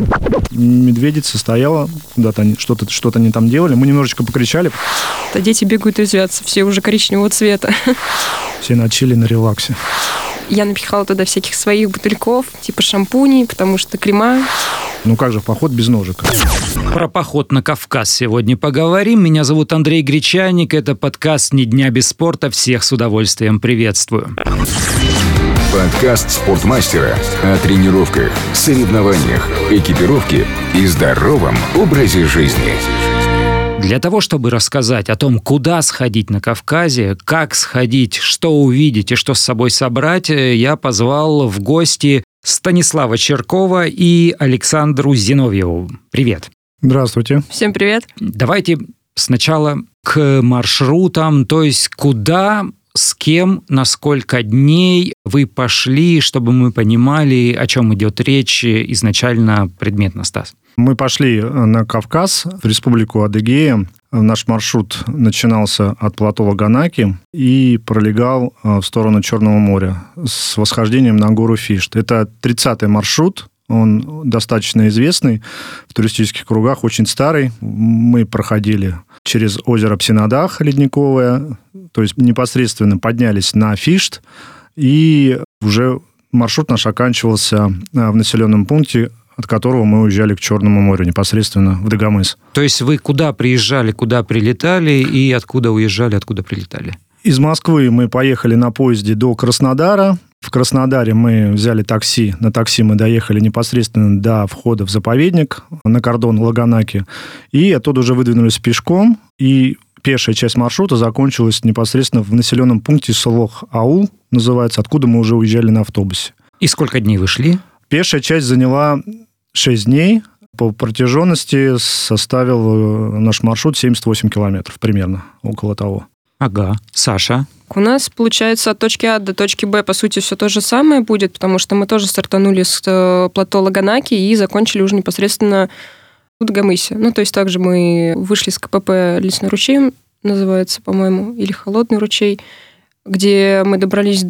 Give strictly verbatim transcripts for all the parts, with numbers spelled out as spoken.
Медведица стояла, куда-то они, что-то, что-то они там делали. Мы немножечко покричали. Да дети бегают и резвятся, все уже коричневого цвета. Все на чили, на релаксе. Я напихала туда всяких своих бутыльков, типа шампуней, потому что крема. Ну как же, поход без ножек. Про поход на Кавказ сегодня поговорим. Меня зовут Андрей Гречаник. Это подкаст «Ни дня без спорта». Всех с удовольствием приветствую. Подкаст спортмастера о тренировках, соревнованиях, экипировке и здоровом образе жизни. Для того, чтобы рассказать о том, куда сходить на Кавказе, как сходить, что увидеть и что с собой собрать, я позвал в гости Станислава Черкова и Александру Зиновьеву. Привет. Здравствуйте. Всем привет. Давайте сначала к маршрутам, то есть куда, с кем, на сколько дней вы пошли, чтобы мы понимали, о чем идет речь изначально предметно, Стас. Мы пошли на Кавказ, в республику Адыгея. Наш маршрут начинался от плато Лаганаки и пролегал в сторону Черного моря с восхождением на гору Фишт. Это тридцатый маршрут, он достаточно известный в туристических кругах, очень старый. Мы проходили через озеро Псинадах ледниковое, то есть непосредственно поднялись на Фишт, и уже маршрут наш оканчивался в населенном пункте, от которого мы уезжали к Черному морю, непосредственно в Дагомыс. То есть вы куда приезжали, куда прилетали, и откуда уезжали, откуда прилетали? Из Москвы мы поехали на поезде до Краснодара. В Краснодаре мы взяли такси. На такси мы доехали непосредственно до входа в заповедник, на кордон Лаганаки. И оттуда уже выдвинулись пешком. И пешая часть маршрута закончилась непосредственно в населенном пункте Солох-Аул, называется, откуда мы уже уезжали на автобусе. И сколько дней вы шли? Пешая часть заняла шесть дней. По протяженности составил наш маршрут семьдесят восемь километров примерно, около того. Ага. Саша? У нас, получается, от точки А до точки Б, по сути, все то же самое будет, потому что мы тоже стартанули с плато Лаганаки и закончили уже непосредственно в Дагомысе. Ну, то есть также мы вышли с КПП «Лесной ручей», называется, по-моему, или «Холодный ручей», где мы добрались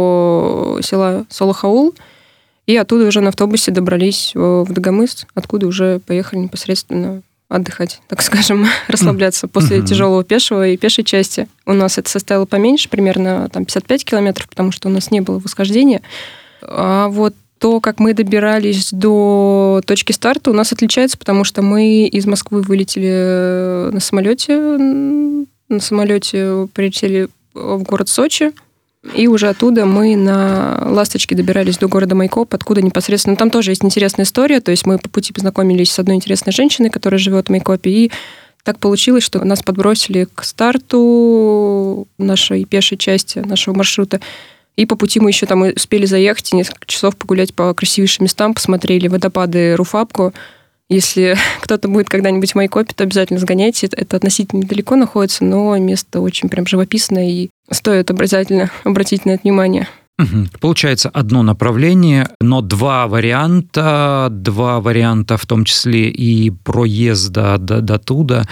до села Солох-Аул, и оттуда уже на автобусе добрались в Дагомыс, откуда уже поехали непосредственно отдыхать, так скажем, расслабляться после uh-huh. тяжелого пешего и пешей части. У нас это составило поменьше, примерно там, пятьдесят пять километров, потому что у нас не было восхождения. А вот то, как мы добирались до точки старта, у нас отличается, потому что мы из Москвы вылетели на самолете, на самолете прилетели в город Сочи, и уже оттуда мы на «Ласточке» добирались до города Майкоп, откуда непосредственно... Там тоже есть интересная история, то есть мы по пути познакомились с одной интересной женщиной, которая живет в Майкопе, и так получилось, что нас подбросили к старту нашей пешей части нашего маршрута, и по пути мы еще там успели заехать и несколько часов погулять по красивейшим местам, посмотрели водопады Руфапку. Если кто-то будет когда-нибудь в Майкопе, то обязательно сгоняйте. Это относительно недалеко находится, но место очень прям живописное, и стоит обязательно обратить на это внимание. Угу. Получается одно направление, но два варианта, два варианта в том числе и проезда до, до туда.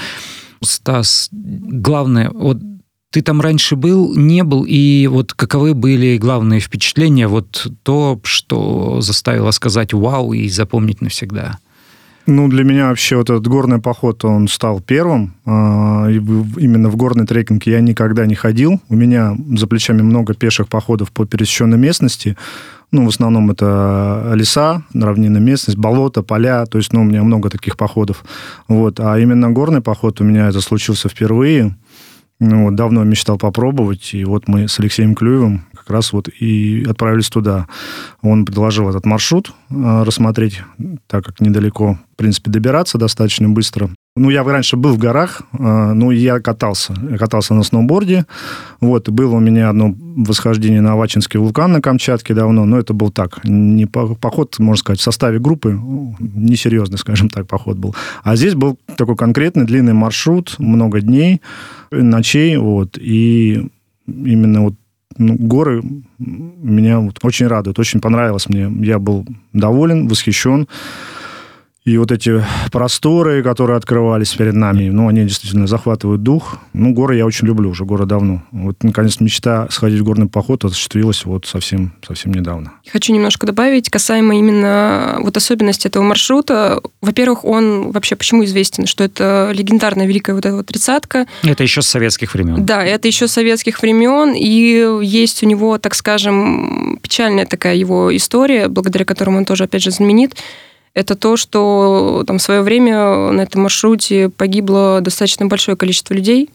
Стас, главное, вот ты там раньше был, не был, и вот каковы были главные впечатления, вот то, что заставило сказать «вау» и запомнить навсегда? Ну, для меня вообще вот этот горный поход, он стал первым. Именно в горный трекинг я никогда не ходил. У меня за плечами много пеших походов по пересеченной местности. Ну, в основном это леса, равнинная местность, болото, поля. То есть, ну, у меня много таких походов. Вот. А именно горный поход у меня это случился впервые. Ну, вот, давно мечтал попробовать, и вот мы с Алексеем Клюевым как раз вот и отправились туда. Он предложил этот маршрут э, рассмотреть, так как недалеко, в принципе, добираться достаточно быстро. Ну, я раньше был в горах, э, ну, я катался. Я катался на сноуборде. Вот, было у меня одно восхождение на Авачинский вулкан на Камчатке давно, но это был так, не поход, можно сказать, в составе группы, несерьезный, скажем так, поход был. А здесь был такой конкретный длинный маршрут, много дней, ночей, вот, и именно вот ну, горы меня вот очень радуют, очень понравилось мне, я был доволен, восхищен. И вот эти просторы, которые открывались перед нами, ну, они действительно захватывают дух. Ну, горы я очень люблю, уже горы давно. Вот, наконец, мечта сходить в горный поход осуществилась вот совсем, совсем недавно. Хочу немножко добавить, касаемо именно вот особенности этого маршрута. Во-первых, он вообще почему известен? Что это легендарная великая вот эта вот тридцатка. Это еще с советских времен. Да, это еще с советских времен, и есть у него, так скажем, печальная такая его история, благодаря которому он тоже, опять же, знаменит. Это то, что там в свое время на этом маршруте погибло достаточно большое количество людей.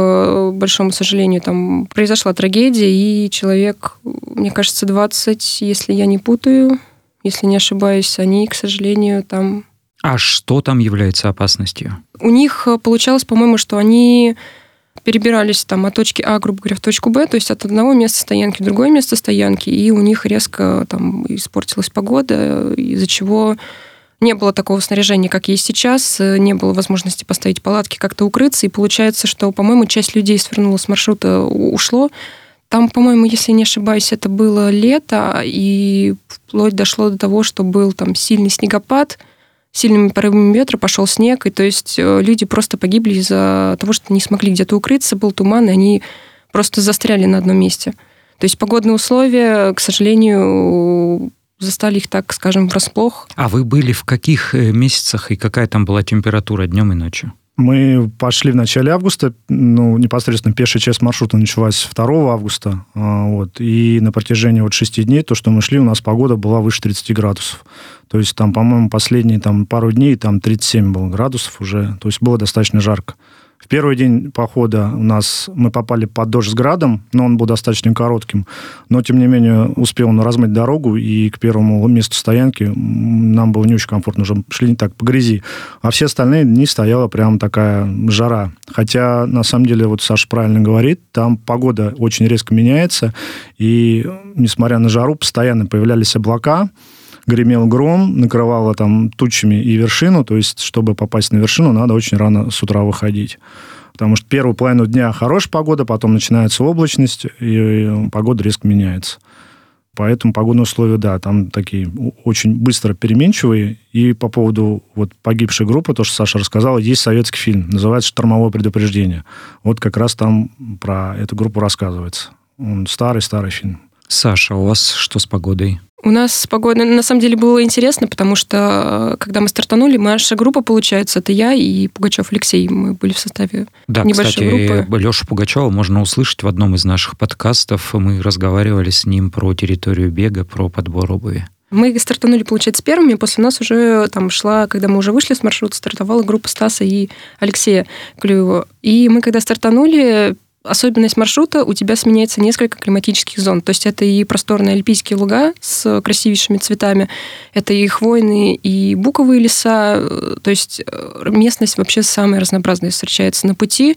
К большому сожалению, там произошла трагедия, и человек, мне кажется, двадцать, если я не путаю, если не ошибаюсь, они, к сожалению, там... А что там является опасностью? У них получалось, по-моему, что они перебирались там от точки А, грубо говоря, в точку Б, то есть от одного места стоянки в другое место стоянки, и у них резко там испортилась погода, из-за чего не было такого снаряжения, как есть сейчас, не было возможности поставить палатки, как-то укрыться, и получается, что, по-моему, часть людей свернула с маршрута, ушло. Там, по-моему, если не ошибаюсь, это было лето, и вплоть дошло до того, что был там сильный снегопад, сильными порывами ветра пошел снег, и то есть люди просто погибли из-за того, что не смогли где-то укрыться, был туман, и они просто застряли на одном месте. То есть погодные условия, к сожалению, застали их, так скажем, врасплох. А вы были в каких месяцах и какая там была температура днем и ночью? Мы пошли в начале августа, ну, непосредственно пешая часть маршрута началась второго августа, вот, и на протяжении вот шести дней, то, что мы шли, у нас погода была выше тридцати градусов. То есть там, по-моему, последние там, пару дней там тридцать семь было градусов уже, то есть было достаточно жарко. В первый день похода у нас мы попали под дождь с градом, но он был достаточно коротким. Но, тем не менее, успел он размыть дорогу, и к первому месту стоянки нам было не очень комфортно, уже шли не так по грязи. А все остальные дни стояла прям такая жара. Хотя, на самом деле, вот Саша правильно говорит, там погода очень резко меняется, и, несмотря на жару, постоянно появлялись облака, гремел гром, накрывало там тучами и вершину, то есть, чтобы попасть на вершину, надо очень рано с утра выходить. Потому что первую половину дня хорошая погода, потом начинается облачность, и погода резко меняется. Поэтому погодные условия, да, там такие очень быстро переменчивые. И по поводу вот погибшей группы, то, что Саша рассказала, есть советский фильм, называется «Штормовое предупреждение». Вот как раз там про эту группу рассказывается. Он старый-старый фильм. Саша, у вас что с погодой? У нас с погодой, на самом деле, было интересно, потому что, когда мы стартанули, наша группа, получается, это я и Пугачев Алексей. Мы были в составе да, небольшой кстати, группы. Лешу Пугачева можно услышать в одном из наших подкастов. Мы разговаривали с ним про территорию бега, про подбор обуви. Мы стартанули, получается, первыми, после нас уже там шла, когда мы уже вышли с маршрута, стартовала группа Стаса и Алексея Клюева. И мы, когда стартанули, особенность маршрута, у тебя сменяется несколько климатических зон. То есть это и просторные альпийские луга с красивейшими цветами, это и хвойные, и буковые леса. То есть местность вообще самая разнообразная встречается на пути.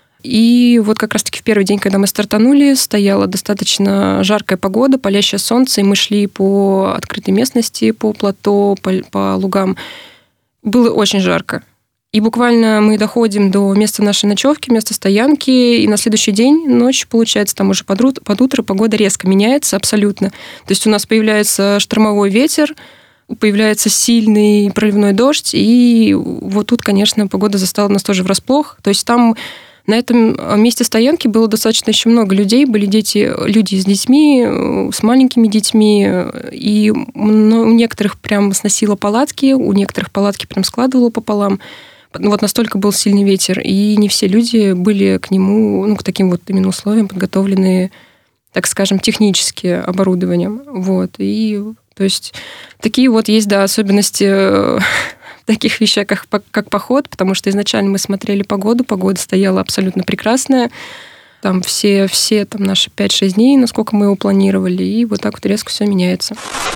И вот как раз-таки в первый день, когда мы стартанули, стояла достаточно жаркая погода, палящее солнце, и мы шли по открытой местности, по плато, по, по лугам. Было очень жарко. И буквально мы доходим до места нашей ночевки, места стоянки, и на следующий день, ночь, получается, там уже под, ут- под утро погода резко меняется абсолютно. То есть у нас появляется штормовой ветер, появляется сильный проливной дождь, и вот тут, конечно, погода застала нас тоже врасплох. То есть там на этом месте стоянки было достаточно еще много людей, были дети, люди с детьми, с маленькими детьми, и у некоторых прям сносило палатки, у некоторых палатки прям складывало пополам. Вот настолько был сильный ветер, и не все люди были к нему, ну, к таким вот именно условиям подготовлены, так скажем, технически оборудованием. Вот. И, то есть, такие вот есть, да, особенности в таких вещах, как, как поход, потому что изначально мы смотрели погоду, погода стояла абсолютно прекрасная, там все, все там наши пять-шесть дней, насколько мы его планировали, и вот так вот резко все меняется.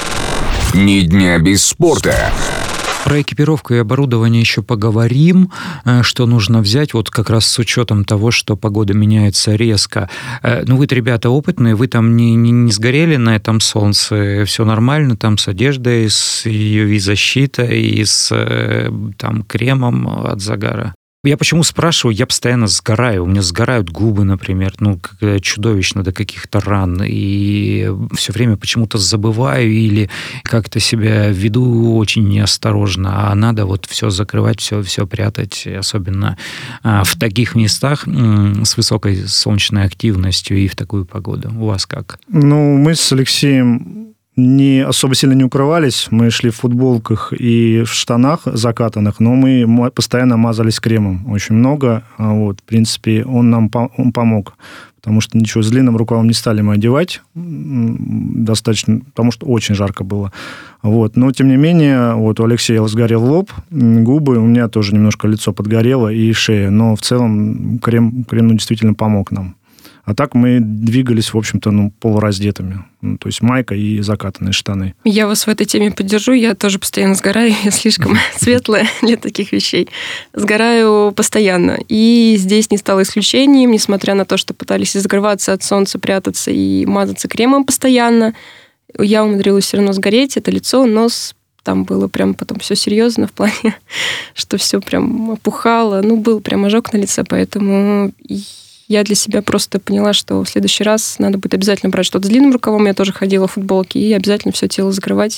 Ни дня без спорта. Про экипировку и оборудование еще поговорим, что нужно взять, вот как раз с учетом того, что погода меняется резко. Ну, вы-то, ребята, опытные, вы там не, не, не сгорели на этом солнце, все нормально там с одеждой, с ю ви-защитой и с там, кремом от загара? Я почему спрашиваю? Я постоянно сгораю. У меня сгорают губы, например, ну, чудовищно до каких-то ран. И все время почему-то забываю или как-то себя веду очень неосторожно. А надо вот все закрывать, все, все прятать, особенно в таких местах с высокой солнечной активностью и в такую погоду. У вас как? Ну, мы с Алексеем не особо сильно не укрывались. Мы шли в футболках и в штанах закатанных, но мы постоянно мазались кремом. Очень много. Вот, в принципе, он нам он помог. Потому что ничего, с длинным рукавом не стали мы одевать. Достаточно, потому что очень жарко было. Вот. Но, тем не менее, вот у Алексея сгорел лоб, губы, у меня тоже немножко лицо подгорело и шея. Но в целом крем, крем ну, действительно помог нам. А так мы двигались, в общем-то, ну, полураздетыми. Ну, то есть майка и закатанные штаны. Я вас в этой теме поддержу. Я тоже постоянно сгораю. Я слишком светлая для таких вещей. Сгораю постоянно. И здесь не стало исключением, несмотря на то, что пытались закрываться от солнца, прятаться и мазаться кремом постоянно. Я умудрилась все равно сгореть. Это лицо, нос. Там было прям потом все серьезно в плане, что все прям опухало. Ну, был прям ожог на лице, поэтому... Я для себя просто поняла, что в следующий раз надо будет обязательно брать что-то с длинным рукавом. Я тоже ходила в футболке, и обязательно все тело закрывать,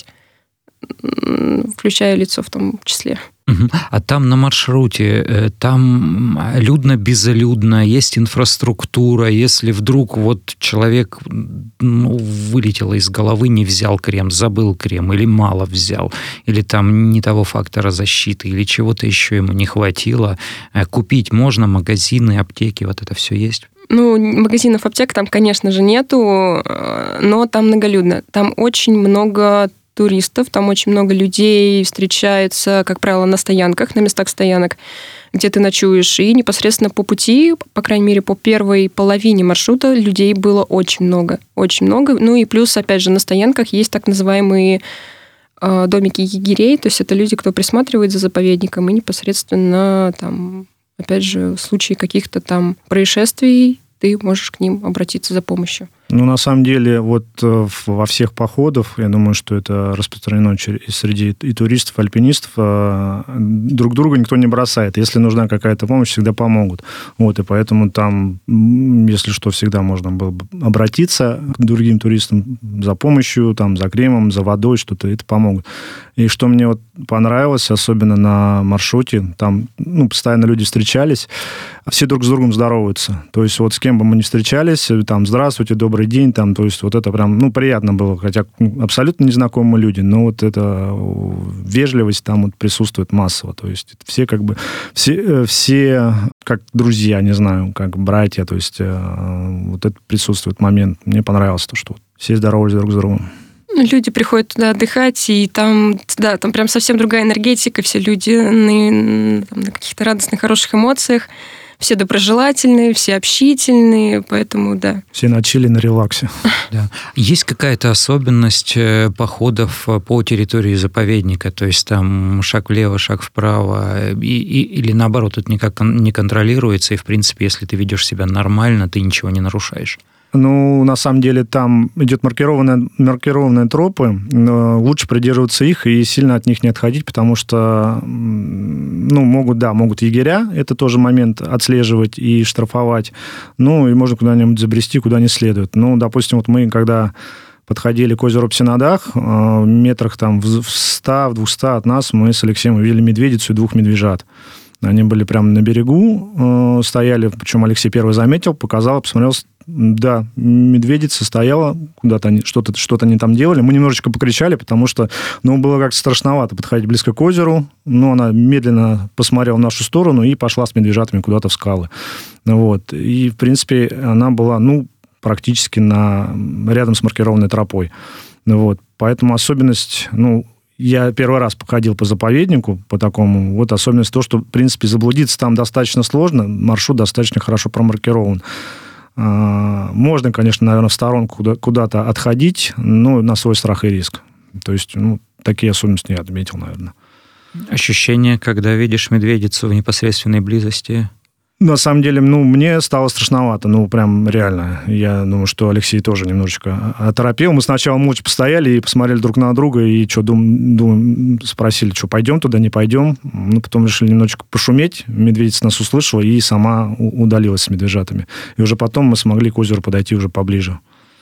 включая лицо в том числе. А там на маршруте, там людно-безлюдно, есть инфраструктура. Если вдруг вот человек ну, вылетело из головы, не взял крем, забыл крем, или мало взял, или там не того фактора защиты, или чего-то еще ему не хватило, купить можно, магазины, аптеки, вот это все есть? Ну, магазинов, аптек там, конечно же, нету, но там многолюдно. Там очень много туристов, там очень много людей встречается, как правило, на стоянках, на местах стоянок, где ты ночуешь, и непосредственно по пути, по крайней мере, по первой половине маршрута людей было очень много, очень много. Ну и плюс, опять же, на стоянках есть так называемые э, домики егерей, то есть это люди, кто присматривает за заповедником, и непосредственно там, опять же, в случае каких-то там происшествий ты можешь к ним обратиться за помощью. Ну, на самом деле, вот во всех походах, я думаю, что это распространено среди и туристов, и альпинистов, друг друга никто не бросает. Если нужна какая-то помощь, всегда помогут. Вот, и поэтому там, если что, всегда можно было бы обратиться к другим туристам за помощью, там, за кремом, за водой, что-то, это помогут. И что мне вот понравилось, особенно на маршруте, там, ну, постоянно люди встречались, все друг с другом здороваются. То есть вот с кем бы мы ни встречались, там, здравствуйте, добрый день, там, то есть вот это прям, ну, приятно было, хотя абсолютно незнакомые люди, но вот эта вежливость там вот присутствует массово, то есть все как бы, все, все как друзья, не знаю, как братья, то есть вот это присутствует момент. Мне понравилось то, что все здоровались друг с другом. Люди приходят туда отдыхать, и там, да, там прям совсем другая энергетика, все люди на, там, на каких-то радостных, хороших эмоциях, все доброжелательные, все общительные, поэтому, да. Все на чили, на релаксе. Да. Есть какая-то особенность походов по территории заповедника? То есть там шаг влево, шаг вправо, и, и, или наоборот, это никак не контролируется, и, в принципе, если ты ведешь себя нормально, ты ничего не нарушаешь? Ну, на самом деле, там идет маркированная, маркированные тропы. Лучше придерживаться их и сильно от них не отходить, потому что, ну, могут, да, могут егеря, это тоже момент, отслеживать и штрафовать. Ну, и можно куда-нибудь забрести, куда не следует. Ну, допустим, вот мы, когда подходили к озеру Псинадах, в метрах там в ста, в двухстах от нас мы с Алексеем увидели медведицу и двух медвежат. Они были прямо на берегу, стояли, причем Алексей первый заметил, показал, посмотрел, да, медведица стояла, куда-то они, что-то, что-то они там делали. Мы немножечко покричали, потому что, ну, было как-то страшновато подходить близко к озеру. Но она медленно посмотрела в нашу сторону и пошла с медвежатами куда-то в скалы. Вот. И, в принципе, она была, ну, практически на, рядом с маркированной тропой. Вот. Поэтому особенность, ну, я первый раз походил по заповеднику, по такому. Вот особенность то, что, в принципе, заблудиться там достаточно сложно, маршрут достаточно хорошо промаркирован. Можно, конечно, наверное, в сторонку куда- куда-то отходить, но на свой страх и риск. То есть, ну, такие особенности я отметил, наверное. Ощущение, когда видишь медведицу в непосредственной близости? На самом деле, ну, мне стало страшновато, ну, прям реально. Я думаю, что Алексей тоже немножечко оторопел. Мы сначала молча постояли и посмотрели друг на друга, и что, дум, дум, спросили, что, пойдем туда, не пойдем. Ну, потом решили немножечко пошуметь, медведица нас услышала и сама удалилась с медвежатами. И уже потом мы смогли к озеру подойти уже поближе.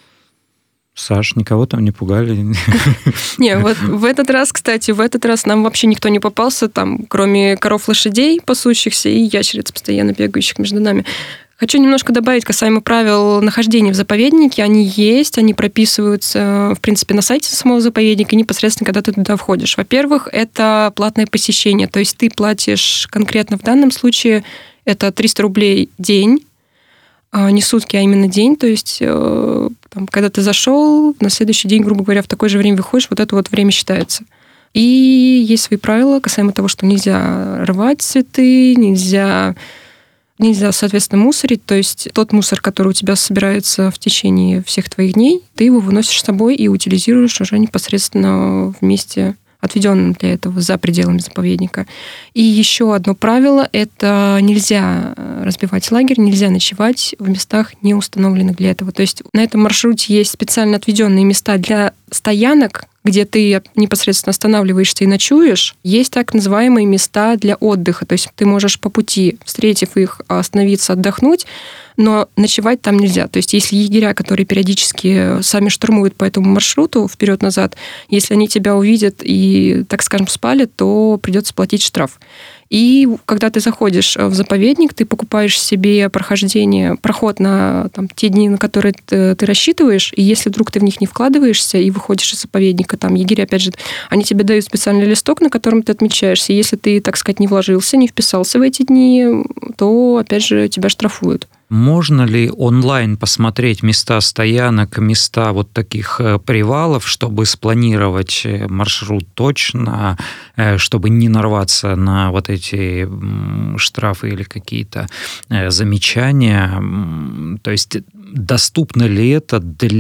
Саш, никого там не пугали? Не, вот в этот раз, кстати, в этот раз нам вообще никто не попался, там, кроме коров-лошадей, пасущихся, и ящериц, постоянно бегающих между нами. Хочу немножко добавить касаемо правил нахождения в заповеднике. Они есть, они прописываются, в принципе, на сайте самого заповедника, непосредственно, когда ты туда входишь. Во-первых, это платное посещение, то есть ты платишь конкретно в данном случае, это триста рублей день, не сутки, а именно день, то есть там, когда ты зашел, на следующий день, грубо говоря, в такое же время выходишь, вот это вот время считается. И есть свои правила касаемо того, что нельзя рвать цветы, нельзя, нельзя, соответственно, мусорить, то есть тот мусор, который у тебя собирается в течение всех твоих дней, ты его выносишь с собой и утилизируешь уже непосредственно в месте, отведенным для этого за пределами заповедника. И еще одно правило – это нельзя разбивать лагерь, нельзя ночевать в местах, не установленных для этого. То есть на этом маршруте есть специально отведенные места для стоянок, где ты непосредственно останавливаешься и ночуешь. Есть так называемые места для отдыха. То есть ты можешь по пути, встретив их, остановиться, отдохнуть, но ночевать там нельзя. То есть если егеря, которые периодически сами штурмуют по этому маршруту вперед-назад, если они тебя увидят и, так скажем, спали, то придется платить штраф. И когда ты заходишь в заповедник, ты покупаешь себе прохождение, проход на там, те дни, на которые ты, ты рассчитываешь, и если вдруг ты в них не вкладываешься и выходишь из заповедника, там егеря, опять же, они тебе дают специальный листок, на котором ты отмечаешься. И если ты, так сказать, не вложился, не вписался в эти дни, то, опять же, тебя штрафуют. Можно ли онлайн посмотреть места стоянок, места вот таких привалов, чтобы спланировать маршрут точно, чтобы не нарваться на вот эти штрафы или какие-то замечания? То есть доступно ли это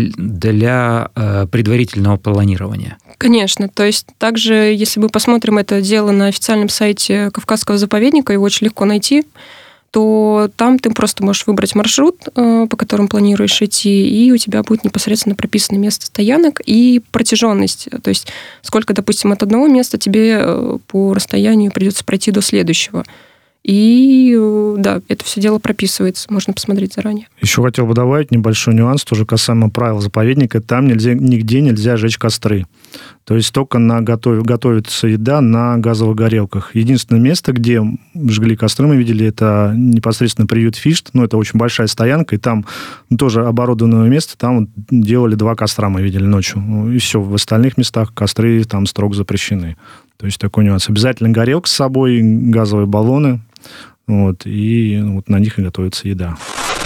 для предварительного планирования? Конечно. То есть также, если мы посмотрим это дело на официальном сайте Кавказского заповедника, его очень легко найти, то там ты просто можешь выбрать маршрут, по которому планируешь идти, и у тебя будет непосредственно прописано место стоянок и протяженность. То есть сколько, допустим, от одного места тебе по расстоянию придется пройти до следующего. И да, это все дело прописывается, можно посмотреть заранее. Еще хотел бы добавить небольшой нюанс, тоже касаемо правил заповедника. Там нельзя, нигде нельзя жечь костры. То есть только на готов, готовится еда на газовых горелках. Единственное место, где жгли костры, мы видели, это непосредственно приют Фишт. Ну, это очень большая стоянка, и там тоже оборудованное место, там делали два костра, мы видели ночью. И все, в остальных местах костры там строго запрещены. То есть такой нюанс. Обязательно горелка с собой, газовые баллоны, вот, и вот на них и готовится еда.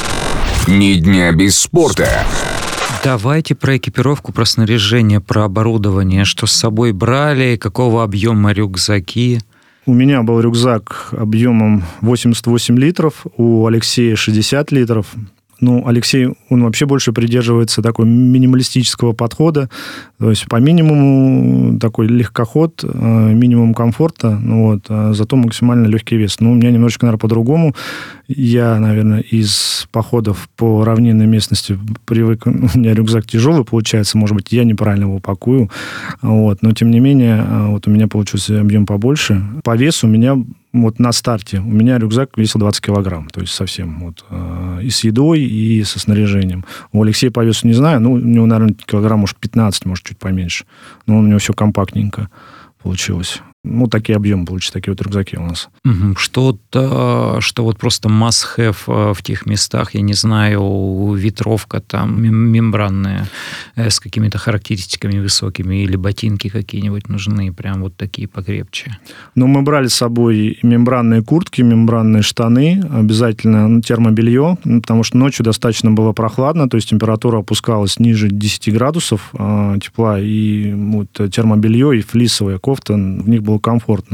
Ни дня без спорта. Давайте про экипировку, про снаряжение, про оборудование. Что с собой брали, какого объема рюкзаки? У меня был рюкзак объемом восемьдесят восемь литров, у Алексея шестьдесят литров. Ну, Алексей, он вообще больше придерживается такой минималистического подхода, то есть по минимуму такой легкоход, минимум комфорта, ну вот, а зато максимально легкий вес. Ну, у меня немножечко, наверное, по-другому. Я, наверное, из походов по равнинной местности привык, у меня рюкзак тяжелый получается, может быть, я неправильно его пакую, вот, но тем не менее, вот у меня получился объем побольше. По весу у меня вот на старте у меня рюкзак весил двадцать килограмм, то есть совсем вот, э, и с едой, и со снаряжением. У Алексея по весу не знаю, ну, у него, наверное, килограмм, может, пятнадцать, может, чуть поменьше. Но у него все компактненько получилось. Ну, такие объемы получились, такие вот рюкзаки у нас. Угу. Что-то, что вот просто must-have в тех местах, я не знаю, ветровка там мембранная с какими-то характеристиками высокими, или ботинки какие-нибудь нужны, прям вот такие покрепче. Ну, мы брали с собой мембранные куртки, мембранные штаны, обязательно термобелье, потому что ночью достаточно было прохладно, то есть температура опускалась ниже десяти градусов э, тепла, и вот термобелье и флисовая кофта, в них было комфортно.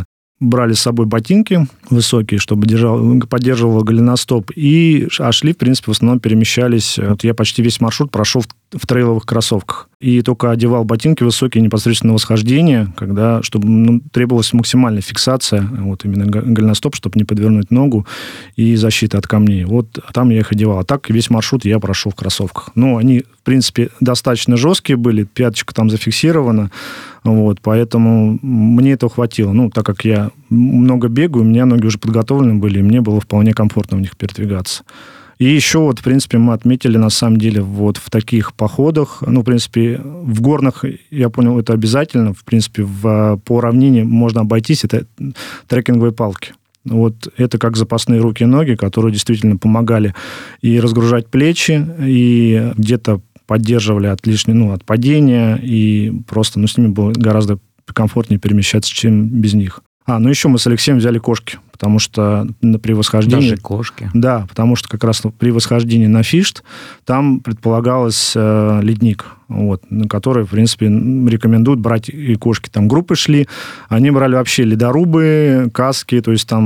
брали с собой ботинки высокие, чтобы держал, поддерживало голеностоп, и а шли, в принципе, в основном перемещались. Вот я почти весь маршрут прошел в, в трейловых кроссовках. И только одевал ботинки высокие непосредственно на восхождение, когда, чтобы ну, требовалась максимальная фиксация, вот именно голеностоп, чтобы не подвернуть ногу, и защита от камней. Вот там я их одевал. А так весь маршрут я прошел в кроссовках. Ну, они, в принципе, достаточно жесткие были, пяточка там зафиксирована, вот, поэтому мне этого хватило. Ну, так как я много бегаю, у меня ноги уже подготовлены были, и мне было вполне комфортно в них передвигаться. И еще вот, в принципе, мы отметили, на самом деле, вот в таких походах, ну, в принципе, в горных, я понял, это обязательно, в принципе, в, по равнине можно обойтись, это трекинговые палки. Вот это как запасные руки и ноги, которые действительно помогали и разгружать плечи, и где-то поддерживали от лишнего, ну, от падения, и просто, ну, с ними было гораздо комфортнее перемещаться, чем без них. А, ну еще мы с Алексеем взяли кошки, потому что при восхождении... Даже кошки? Да, потому что как раз при восхождении на Фишт там предполагалось э, ледник, вот, на который, в принципе, рекомендуют брать и кошки. Там группы шли, они брали вообще ледорубы, каски, то есть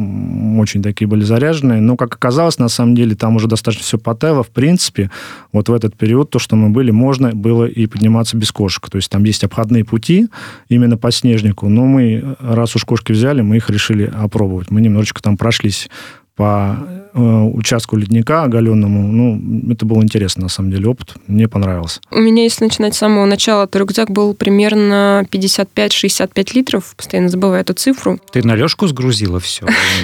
там очень такие были заряженные. Но, как оказалось, на самом деле, там уже достаточно все потаяло. В принципе, вот в этот период, то, что мы были, можно было и подниматься без кошек. То есть там есть обходные пути именно по снежнику, но мы, раз уж кошки взяли, мы их решили опробовать. Мы немножечко там прошлись по э, участку ледника оголенному. Ну, это был интересный, на самом деле, опыт. Мне понравился. У меня, если начинать с самого начала, то рюкзак был примерно пятьдесят пять - шестьдесят пять литров. Постоянно забываю эту цифру. Ты на Лёшку сгрузила все?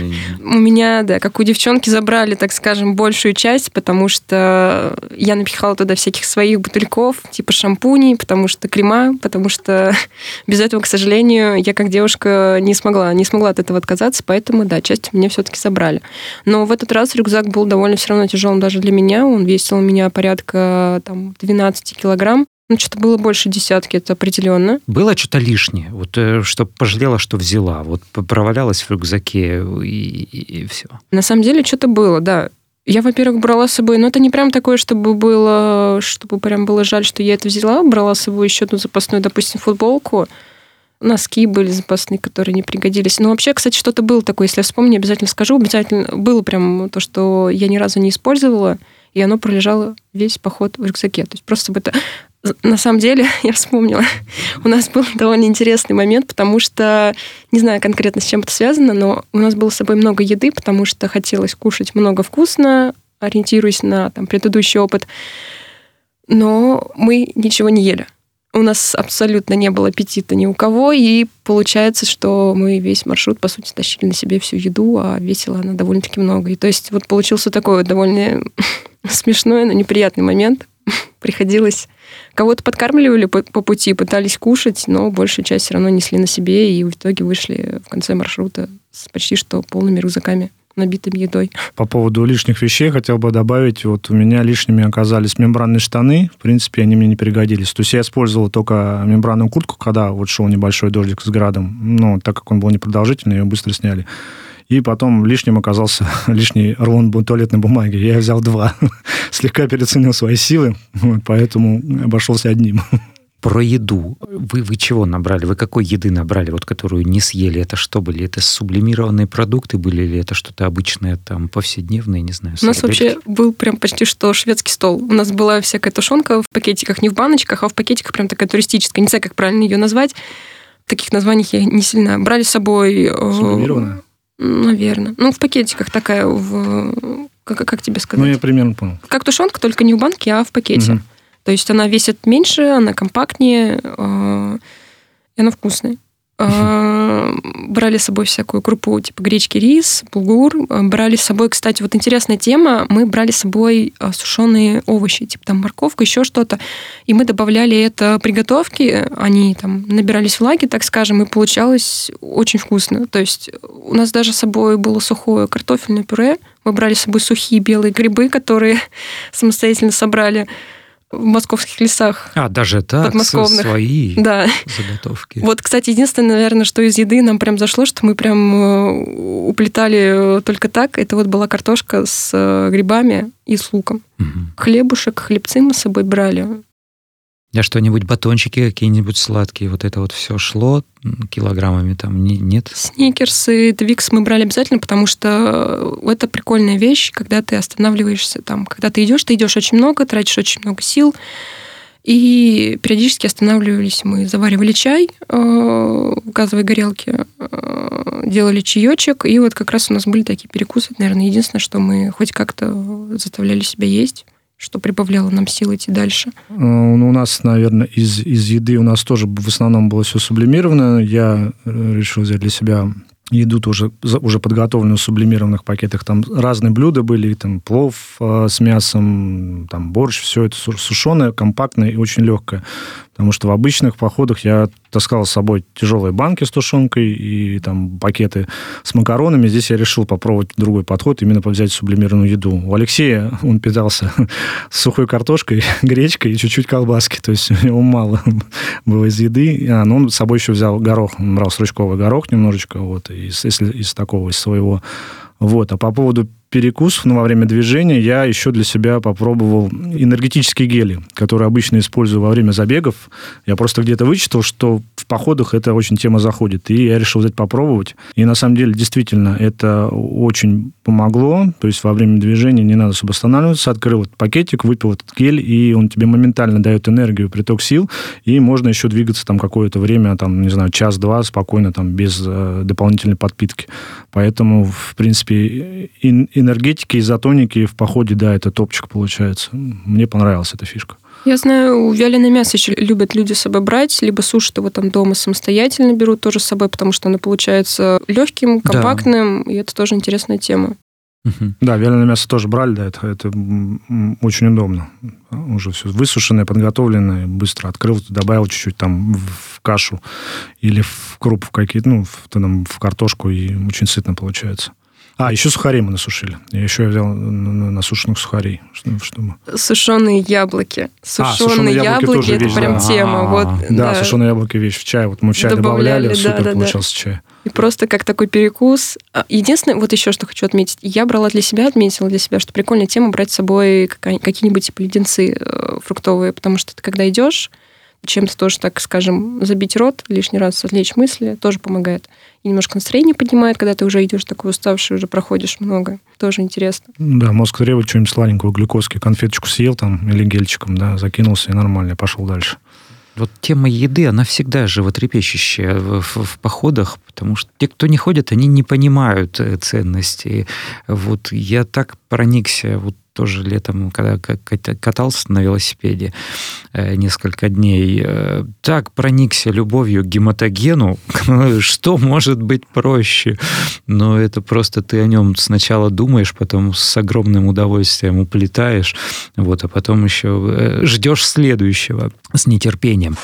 У меня, да, как у девчонки, забрали, так скажем, большую часть, потому что я напихала туда всяких своих бутыльков, типа шампуней, потому что крема, потому что без этого, к сожалению, я как девушка не смогла, не смогла от этого отказаться, поэтому, да, часть мне все-таки забрали. Но в этот раз рюкзак был довольно все равно тяжелым даже для меня. Он весил у меня порядка там, двенадцать килограмм. Ну, что-то было больше десятки, это определенно. Было что-то лишнее, вот, что пожалела, что взяла, вот провалялась в рюкзаке и, и, и все. На самом деле что-то было, да. Я, во-первых, брала с собой, но это не прям такое, чтобы было, чтобы прям было жаль, что я это взяла. Брала с собой еще одну запасную, допустим, футболку. Носки были запасные, которые не пригодились. Но вообще, кстати, что-то было такое, если я вспомню, обязательно скажу. Обязательно было прям то, что я ни разу не использовала, и оно пролежало весь поход в рюкзаке. То есть просто чтобы это... На самом деле, я вспомнила, у нас был довольно интересный момент, потому что, не знаю конкретно, с чем это связано, но у нас было с собой много еды, потому что хотелось кушать много вкусно, ориентируясь на там, предыдущий опыт, но мы ничего не ели. У нас абсолютно не было аппетита ни у кого, и получается, что мы весь маршрут, по сути, тащили на себе всю еду, а весила она довольно-таки много. И то есть вот получился такой вот довольно смешной, но неприятный момент. Приходилось... Кого-то подкармливали по, по пути, пытались кушать, но большую часть все равно несли на себе, и в итоге вышли в конце маршрута с почти что полными рюкзаками, набитыми едой. По поводу лишних вещей хотел бы добавить, вот у меня лишними оказались мембранные штаны, в принципе, они мне не пригодились. То есть я использовал только мембранную куртку, когда вот шел небольшой дождик с градом, но так как он был непродолжительный, ее быстро сняли. И потом лишним оказался лишний рулон туалетной бумаги. Я взял два. Слегка переоценил свои силы, вот, поэтому обошелся одним. Про еду. Вы, вы чего набрали? Вы какой еды набрали, вот, которую не съели? Это что были? Это сублимированные продукты были или это что-то обычное, там, повседневное, не знаю? У нас вообще был прям почти что шведский стол. У нас была всякая тушенка в пакетиках, не в баночках, а в пакетиках прям такая туристическая. Не знаю, как правильно ее назвать. Таких названий я не сильно. Брали с собой... Сублимированная? Наверное. Ну, в пакетиках такая, в... Как, как тебе сказать? Ну, я примерно понял. Как тушенка, только не в банке, а в пакете. Угу. То есть она весит меньше, она компактнее, э, и она вкусная. Э, брали с собой всякую крупу, типа гречки, рис, булгур. Брали с собой, кстати, вот интересная тема, мы брали с собой сушеные овощи, типа там морковка, еще что-то, и мы добавляли это приготовки, они там набирались влаги, так скажем, и получалось очень вкусно. То есть у нас даже с собой было сухое картофельное пюре, мы брали с собой сухие белые грибы, которые самостоятельно собрали в московских лесах. А, даже так? Подмосковных. Свои да. заготовки. Вот, кстати, единственное, наверное, что из еды нам прям зашло, что мы прям уплетали только так, это вот была картошка с грибами и с луком. Угу. Хлебушек, хлебцы мы с собой брали. А что-нибудь, батончики какие-нибудь сладкие, вот это вот все шло килограммами там, не, нет? Сникерсы, Твикс мы брали обязательно, потому что это прикольная вещь, когда ты останавливаешься там, когда ты идешь, ты идешь очень много, тратишь очень много сил, и периодически останавливались мы, заваривали чай э, в газовой горелке, э, делали чаечек, и вот как раз у нас были такие перекусы, это, наверное, единственное, что мы хоть как-то заставляли себя есть, что прибавляло нам сил идти дальше. У нас, наверное, из, из еды у нас тоже в основном было все сублимировано. Я решил взять для себя еду тоже уже подготовленную в сублимированных пакетах. Там разные блюда были, там плов э, с мясом, там борщ, все это сушеное, компактное и очень легкое. Потому что в обычных походах я таскал с собой тяжелые банки с тушенкой и там пакеты с макаронами. Здесь я решил попробовать другой подход, именно взять сублимированную еду. У Алексея он питался с сухой картошкой, гречкой и чуть-чуть колбаски. То есть у него мало было из еды. А, но он с собой еще взял горох. Он брал стручковый горох немножечко, вот, из, из, из такого, из своего. Вот. А по поводу перекусов, ну, во время движения я еще для себя попробовал энергетические гели, которые обычно использую во время забегов. Я просто где-то вычитал, что в походах эта очень тема заходит. И я решил взять попробовать. И на самом деле, действительно, это очень помогло. То есть во время движения не надо особо останавливаться. Открыл этот пакетик, выпил этот гель, и он тебе моментально дает энергию, приток сил. И можно еще двигаться там какое-то время, там, не знаю, час-два спокойно, там, без э, дополнительной подпитки. Поэтому, в принципе, ин- энергетики, изотоники в походе, да, это топчик получается. Мне понравилась эта фишка. Я знаю, вяленое мясо еще любят люди с собой брать, либо сушат его там дома самостоятельно, берут тоже с собой, потому что оно получается легким, компактным, да. И это тоже интересная тема. Угу. Да, вяленое мясо тоже брали, да, это, это очень удобно. Уже все высушенное, подготовленное, быстро открыл, добавил чуть-чуть там в кашу или в крупу какие-то, ну, в, там, в картошку, и очень сытно получается. А, еще сухари мы насушили. Еще я взял насушенных сухарей. Чтобы... Сушеные яблоки. Сушеные, а, сушеные яблоки, яблоки это вещь, прям да. тема. Вот, да, да, сушеные яблоки вещь в чай. Вот мы в чай добавляли, добавляли супер да, да, получался да. чай. И просто как такой перекус. Единственное, вот еще что хочу отметить. Я брала для себя, отметила для себя, что прикольная тема брать с собой какие-нибудь типа леденцы фруктовые, потому что ты когда идешь, чем-то тоже, так скажем, забить рот, лишний раз отвлечь мысли, тоже помогает. И немножко настроение поднимает, когда ты уже идешь такой уставший, уже проходишь много. Тоже интересно. Да, мозг требует чего-нибудь сладенького, глюкозки. Конфеточку съел там или гельчиком, да, закинулся и нормально, пошел дальше. Вот тема еды, она всегда животрепещущая в, в, в походах, потому что те, кто не ходят, они не понимают ценности. Вот я так проникся вот тоже летом, когда катался на велосипеде несколько дней, так проникся любовью к гематогену, что может быть проще? Но это просто ты о нем сначала думаешь, потом с огромным удовольствием уплетаешь, вот, а потом еще ждешь следующего с нетерпением.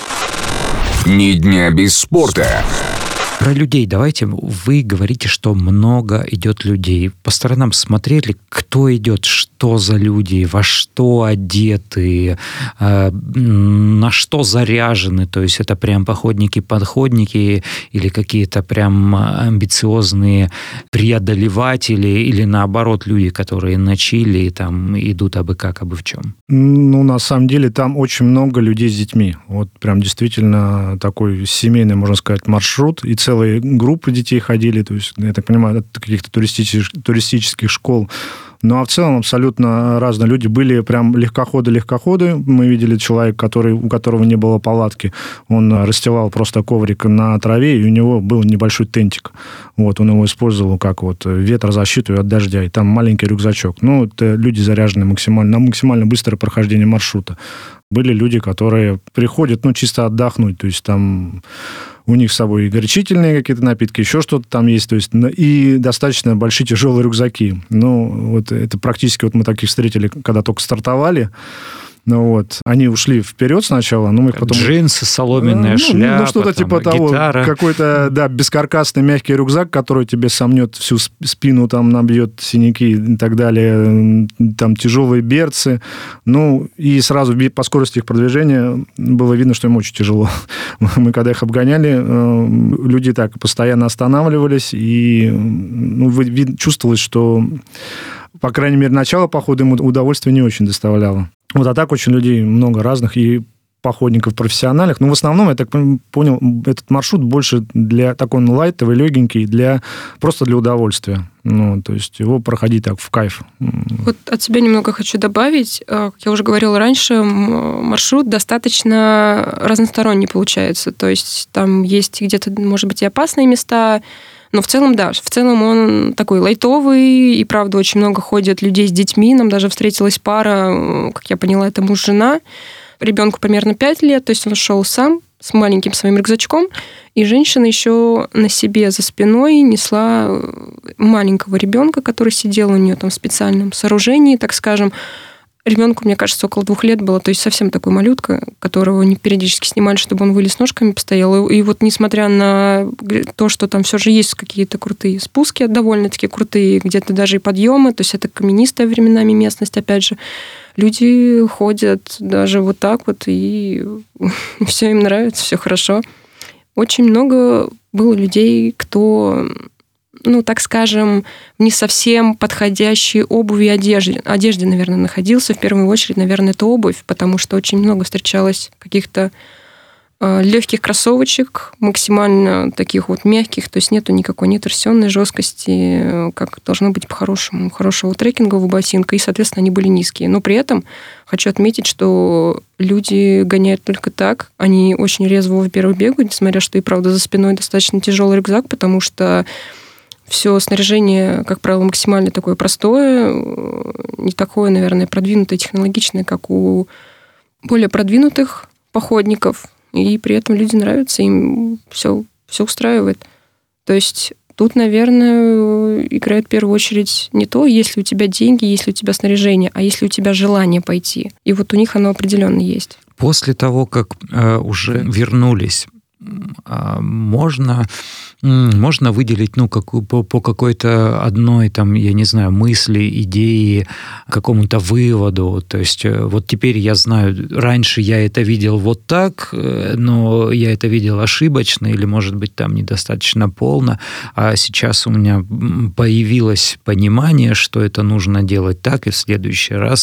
Ни дня без спорта. Про людей давайте. Вы говорите, что много идет людей. По сторонам смотрели, кто идет, что за люди, во что одеты, э, на что заряжены. То есть это прям походники-подходники или какие-то прям амбициозные преодолеватели или наоборот люди, которые на чили и там идут абы как, абы в чем? Ну, на самом деле там очень много людей с детьми. Вот прям действительно такой семейный, можно сказать, маршрут. И целые группы детей ходили, то есть, я так понимаю, от каких-то туристических, туристических школ. Ну, а в целом абсолютно разные люди. Были прям легкоходы-легкоходы. Мы видели человека, который, у которого не было палатки. Он расстилал просто коврик на траве, и у него был небольшой тентик. Вот, он его использовал как вот ветрозащиту от дождя. И там маленький рюкзачок. Ну, это люди заряженные максимально, на максимально быстрое прохождение маршрута. Были люди, которые приходят, ну, чисто отдохнуть. То есть там у них с собой и горячительные какие-то напитки, еще что-то там есть. То есть, и достаточно большие тяжелые рюкзаки. Ну, вот это практически вот мы таких встретили, когда только стартовали. Ну, вот. Они ушли вперед сначала, но мы их потом... Джинсы, соломенная ну, шляпа, ну, что-то там, типа того. гитара. Какой-то, да, бескаркасный мягкий рюкзак, который тебе сомнет всю спину, там, набьет синяки и так далее. Там тяжелые берцы. Ну, и сразу по скорости их продвижения было видно, что им очень тяжело. Мы когда их обгоняли, люди так постоянно останавливались, и ну, чувствовалось, что, по крайней мере, начало похода им удовольствия не очень доставляло. Вот, а так очень людей много разных, и походников профессиональных. Но в основном, я так понял, этот маршрут больше для такой лайтовый, легенький, для, просто для удовольствия. Ну, то есть его проходить так в кайф. Вот от себя немного хочу добавить. Как я уже говорила раньше, маршрут достаточно разносторонний получается. То есть там есть где-то, может быть, и опасные места, но в целом, да, в целом он такой лайтовый, и, правда, очень много ходят людей с детьми. Нам даже встретилась пара, как я поняла, это муж-жена. Ребенку примерно пять лет, то есть он шел сам с маленьким своим рюкзачком, и женщина еще на себе за спиной несла маленького ребенка, который сидел у нее там в специальном сооружении, так скажем. Ребенку, мне кажется, около двух лет было, то есть совсем такой малютка, которого не периодически снимали, чтобы он вылез ножками постоял. И вот несмотря на то, что там все же есть какие-то крутые спуски, довольно-таки крутые, где-то даже и подъемы, то есть это каменистая временами местность, опять же, люди ходят даже вот так вот, и все им нравится, все хорошо. Очень много было людей, кто, ну, так скажем, в не совсем подходящей обуви и одежде, одежде, наверное, находился. В первую очередь, наверное, это обувь, потому что очень много встречалось каких-то легких кроссовочек, максимально таких вот мягких, то есть нету никакой не торсионной жесткости, как должно быть по-хорошему, хорошего трекингового ботинка, и, соответственно, они были низкие. Но при этом хочу отметить, что люди гоняют только так, они очень резво, во-первых, бегают, несмотря что и, правда, за спиной достаточно тяжелый рюкзак, потому что все снаряжение, как правило, максимально такое простое, не такое, наверное, продвинутое, технологичное, как у более продвинутых походников, и при этом люди нравятся, им все, все устраивает. То есть тут, наверное, играет в первую очередь не то, если у тебя деньги, если у тебя снаряжение, а если у тебя желание пойти. И вот у них оно определенно есть. После того, как э, уже вернулись, э, можно... Можно выделить, ну, какую, по, по какой-то одной, там, я не знаю, мысли, идеи, какому-то выводу. То есть вот теперь я знаю, раньше я это видел вот так, но я это видел ошибочно или, может быть, там недостаточно полно, а сейчас у меня появилось понимание, что это нужно делать так, и в следующий раз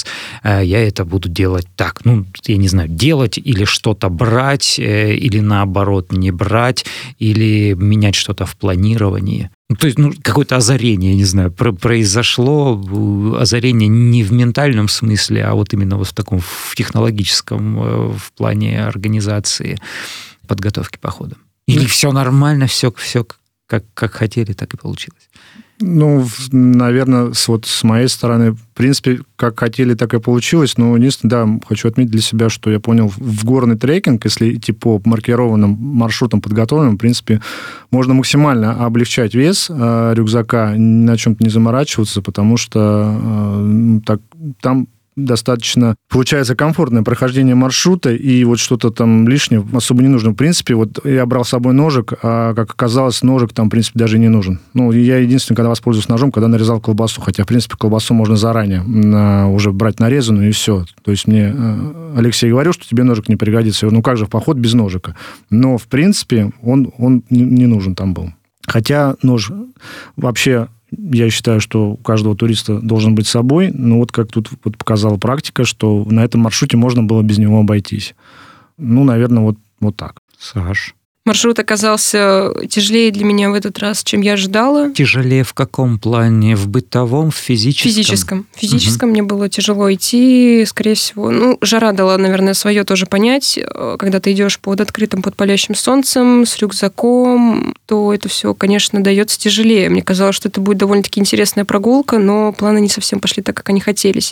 я это буду делать так. Ну, я не знаю, делать или что-то брать, или наоборот не брать, или менять что-то что-то в планировании. Ну, то есть, ну, какое-то озарение, я не знаю, про- произошло, озарение не в ментальном смысле, а вот именно вот в таком, в технологическом, в плане организации подготовки похода. Или все нормально, все, все как, как хотели, так и получилось? Ну, наверное, с, вот с моей стороны, в принципе, как хотели, так и получилось. Но единственное, да, хочу отметить для себя, что я понял, в горный трекинг, если идти по маркированным маршрутам подготовленным, в принципе, можно максимально облегчать вес э, рюкзака, ни на чем-то не заморачиваться, потому что э, так, там достаточно, получается, комфортное прохождение маршрута, и вот что-то там лишнее особо не нужно. В принципе, вот я брал с собой ножик, а, как оказалось, ножик там, в принципе, даже не нужен. Ну, я единственное, когда воспользовался ножом, когда нарезал колбасу, хотя, в принципе, колбасу можно заранее а, уже брать нарезанную, и все. То есть мне а, Алексей говорил, что тебе ножик не пригодится. Я говорю, ну как же в поход без ножика? Но, в принципе, он, он не, не нужен там был. Хотя нож вообще... Я считаю, что у каждого туриста должен быть с собой, но вот как тут вот показала практика, что на этом маршруте можно было без него обойтись. Ну, наверное, вот, вот так. Саш? Маршрут оказался тяжелее для меня в этот раз, чем я ожидала. Тяжелее в каком плане? В бытовом, в физическом? В физическом. В физическом угу. Мне было тяжело идти, скорее всего. Ну, жара дала, наверное, свое тоже понять. Когда ты идешь под открытым, под палящим солнцем, с рюкзаком, то это все, конечно, дается тяжелее. Мне казалось, что это будет довольно-таки интересная прогулка, но планы не совсем пошли так, как они хотелись.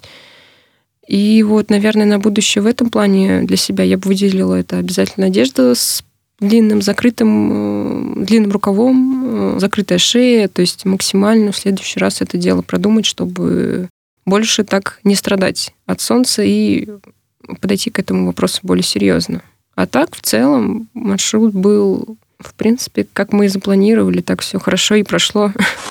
И вот, наверное, на будущее в этом плане для себя я бы выделила это обязательно одежда с длинным закрытым, длинным рукавом, закрытая шея, то есть максимально в следующий раз это дело продумать, чтобы больше так не страдать от солнца и подойти к этому вопросу более серьезно. А так, в целом, маршрут был, в принципе, как мы и запланировали, так все хорошо и прошло.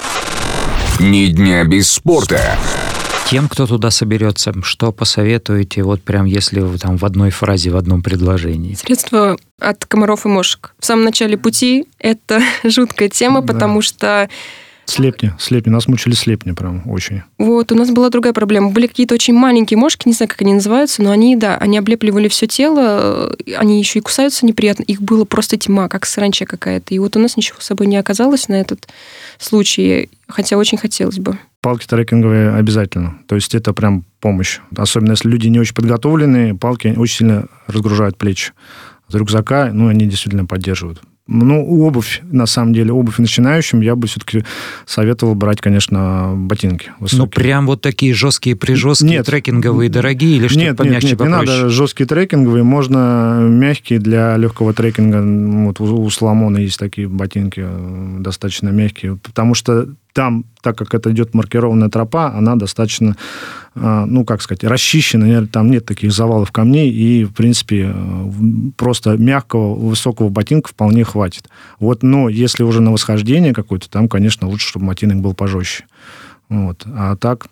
Ни дня без спорта. Тем, кто туда соберется, что посоветуете, вот прям если там в одной фразе, в одном предложении? Средства от комаров и мошек. В самом начале пути это жуткая тема, да. Потому что Слепни, слепни. Нас мучили слепни прям очень. Вот, у нас была другая проблема. Были какие-то очень маленькие мошки, не знаю, как они называются, но они, да, они облепливали все тело, они еще и кусаются неприятно. Их было просто тьма, как саранча какая-то. И вот у нас ничего с собой не оказалось на этот случай, хотя очень хотелось бы. Палки трекинговые обязательно. То есть это прям помощь. Особенно если люди не очень подготовленные, палки очень сильно разгружают плечи. От рюкзака, ну, они действительно поддерживают. Ну, обувь, на самом деле, обувь начинающим я бы все-таки советовал брать, конечно, ботинки высокие. Ну, прям вот такие жесткие-прижесткие, нет, трекинговые, дорогие, или что-то нет, помягче, нет, нет, попроще? Не надо жесткие трекинговые, можно мягкие для легкого трекинга. Вот у, у Соломона есть такие ботинки достаточно мягкие, потому что там, так как это идет маркированная тропа, она достаточно, ну, как сказать, расчищена, там нет таких завалов камней, и, в принципе, просто мягкого, высокого ботинка вполне хватит. Вот, но если уже на восхождение какое-то, там, конечно, лучше, чтобы ботинок был пожестче. Вот. А так,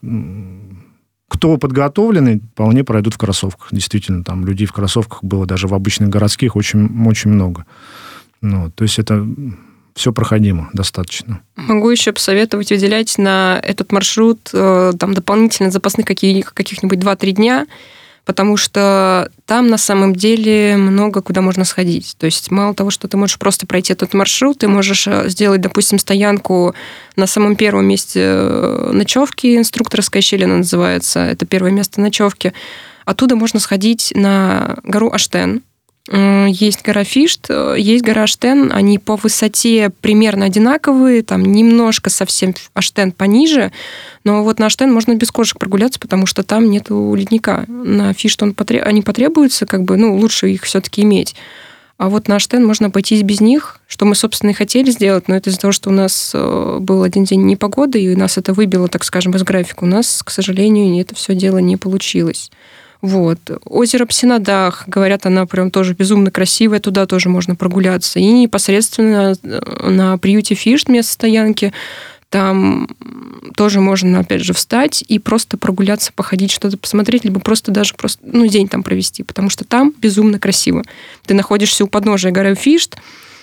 кто подготовленный, вполне пройдут в кроссовках. Действительно, там людей в кроссовках было даже в обычных городских очень, очень много. Ну, то есть это... Все проходимо достаточно. Могу еще посоветовать выделять на этот маршрут э, там дополнительно запасных каких- каких-нибудь два-три дня, потому что там на самом деле много куда можно сходить. То есть мало того, что ты можешь просто пройти этот маршрут, ты можешь сделать, допустим, стоянку на самом первом месте ночевки, инструкторская щель она называется, это первое место ночевки. Оттуда можно сходить на гору Аштен. Есть гора Фишт, есть гора Аштен, они по высоте примерно одинаковые, там немножко совсем Аштен пониже, но вот на Аштен можно без кошек прогуляться, потому что там нету ледника. На Фишт он потреб... они потребуются, как бы, ну, лучше их все-таки иметь. А вот на Аштен можно обойтись без них, что мы, собственно, и хотели сделать, но это из-за того, что у нас был один день непогоды, и нас это выбило, так скажем, из графика. У нас, к сожалению, это все дело не получилось. Вот. Озеро Псинадах, говорят, она прям тоже безумно красивая, туда тоже можно прогуляться. И непосредственно на приюте Фишт, место стоянки, там тоже можно, опять же, встать и просто прогуляться, походить, что-то посмотреть, либо просто даже просто, ну, день там провести, потому что там безумно красиво. Ты находишься у подножия горы Фишт,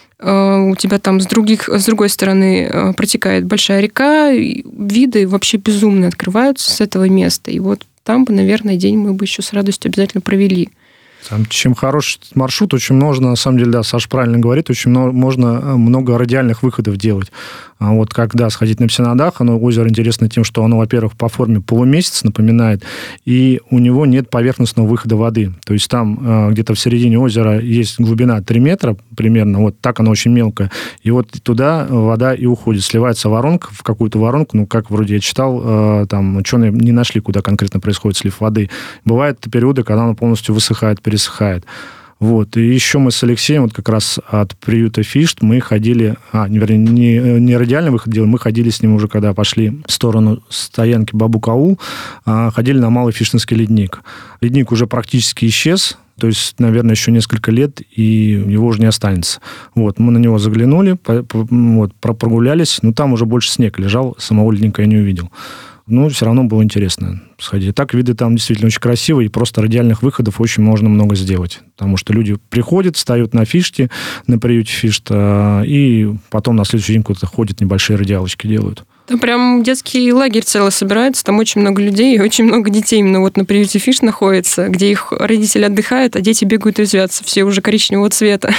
у тебя там с, других, с другой стороны протекает большая река, виды вообще безумные открываются с этого места. И вот там бы, наверное, день мы бы еще с радостью обязательно провели. Там, чем хороший маршрут, очень можно, на самом деле, да, Саша правильно говорит, очень много, можно много радиальных выходов делать. А вот когда сходить на Псинадах, оно, озеро интересно тем, что оно, во-первых, по форме полумесяц напоминает, и у него нет поверхностного выхода воды. То есть там э, где-то в середине озера есть глубина три метра примерно, вот так оно очень мелкое, и вот туда вода и уходит, сливается воронка в какую-то воронку, ну, как вроде я читал, э, там ученые не нашли, куда конкретно происходит слив воды. Бывают периоды, когда оно полностью высыхает, пересыхает. Вот. И еще мы с Алексеем вот как раз от приюта Фишт мы ходили, а, не, вернее, не, не радиальный выход делали, мы ходили с ним уже, когда пошли в сторону стоянки Бабук-Аул, а, ходили на Малый Фиштинский ледник. Ледник уже практически исчез, то есть, наверное, еще несколько лет, и его уже не останется. Вот. Мы на него заглянули, по, по, вот, прогулялись, но там уже больше снег лежал, самого ледника я не увидел. Ну, все равно было интересно сходить. Так, виды там действительно очень красивые, и просто радиальных выходов очень можно много сделать. Потому что люди приходят, встают на Фиште, на приюте Фишт, и потом на следующий день куда-то ходят, небольшие радиалочки делают. Там прям детский лагерь целый собирается, там очень много людей и очень много детей именно вот на приюте Фишт находится, где их родители отдыхают, а дети бегают и резвятся, все уже коричневого цвета.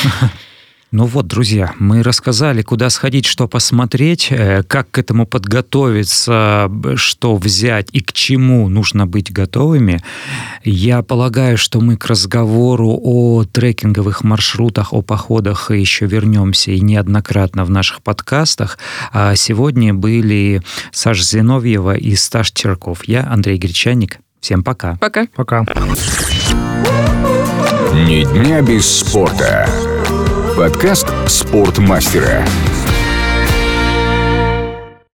Ну вот, друзья, мы рассказали, куда сходить, что посмотреть, как к этому подготовиться, что взять и к чему нужно быть готовыми. Я полагаю, что мы к разговору о трекинговых маршрутах, о походах еще вернемся и неоднократно в наших подкастах. А сегодня были Саша Зиновьева и Стас Черков. Я Андрей Гречаник. Всем пока. Пока. Пока. Ни дня без спорта. Подкаст «Спортмастера».